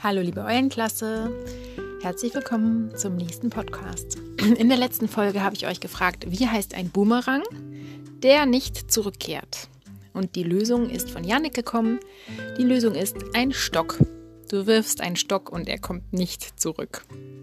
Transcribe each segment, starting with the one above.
Hallo liebe Eulenklasse, herzlich willkommen zum nächsten Podcast. In der letzten Folge habe ich euch gefragt, wie heißt ein Boomerang, der nicht zurückkehrt? Und die Lösung ist von Jannik gekommen. Die Lösung ist ein Stock. Du wirfst einen Stock und er kommt nicht zurück.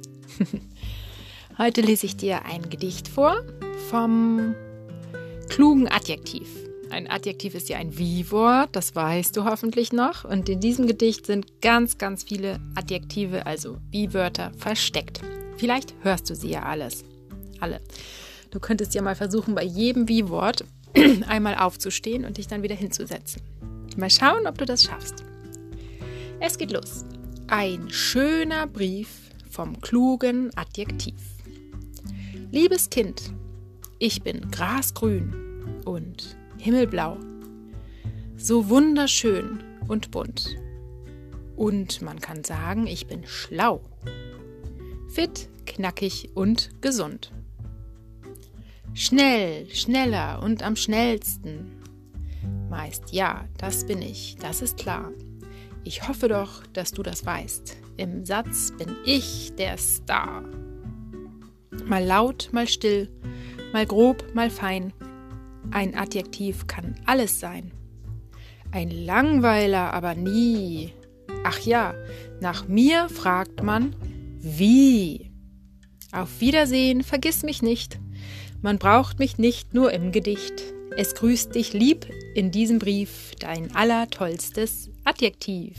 Heute lese ich dir ein Gedicht vor vom klugen Adjektiv. Ein Adjektiv ist ja ein Wie-Wort, das weißt du hoffentlich noch. Und in diesem Gedicht sind ganz, ganz viele Adjektive, also Wie-Wörter, versteckt. Vielleicht hörst du sie ja alle. Du könntest ja mal versuchen, bei jedem Wie-Wort einmal aufzustehen und dich dann wieder hinzusetzen. Mal schauen, ob du das schaffst. Es geht los. Ein schöner Brief vom klugen Adjektiv. Liebes Kind, ich bin grasgrün und himmelblau, so wunderschön und bunt. Und man kann sagen, ich bin schlau, fit, knackig und gesund. Schnell, schneller und am schnellsten. Meist ja, das bin ich, das ist klar. Ich hoffe doch, dass du das weißt. Im Satz bin ich der Star. Mal laut, mal still, mal grob, mal fein. Ein Adjektiv kann alles sein. Ein Langweiler aber nie. Ach ja, nach mir fragt man, wie? Auf Wiedersehen, vergiss mich nicht. Man braucht mich nicht nur im Gedicht. Es grüßt dich lieb in diesem Brief dein allertollstes Adjektiv.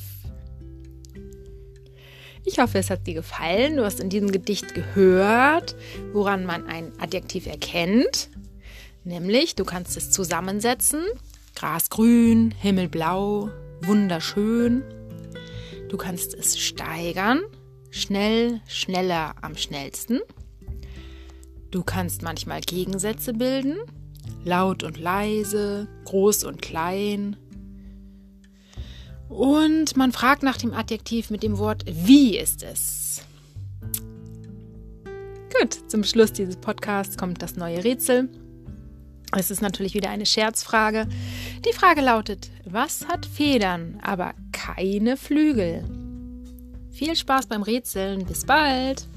Ich hoffe, es hat dir gefallen. Du hast in diesem Gedicht gehört, woran man ein Adjektiv erkennt. Nämlich, du kannst es zusammensetzen, grasgrün, himmelblau, wunderschön. Du kannst es steigern, schnell, schneller, am schnellsten. Du kannst manchmal Gegensätze bilden, laut und leise, groß und klein. Und man fragt nach dem Adjektiv mit dem Wort wie ist es. Gut, zum Schluss dieses Podcasts kommt das neue Rätsel. Es ist natürlich wieder eine Scherzfrage. Die Frage lautet, was hat Federn, aber keine Flügel? Viel Spaß beim Rätseln. Bis bald!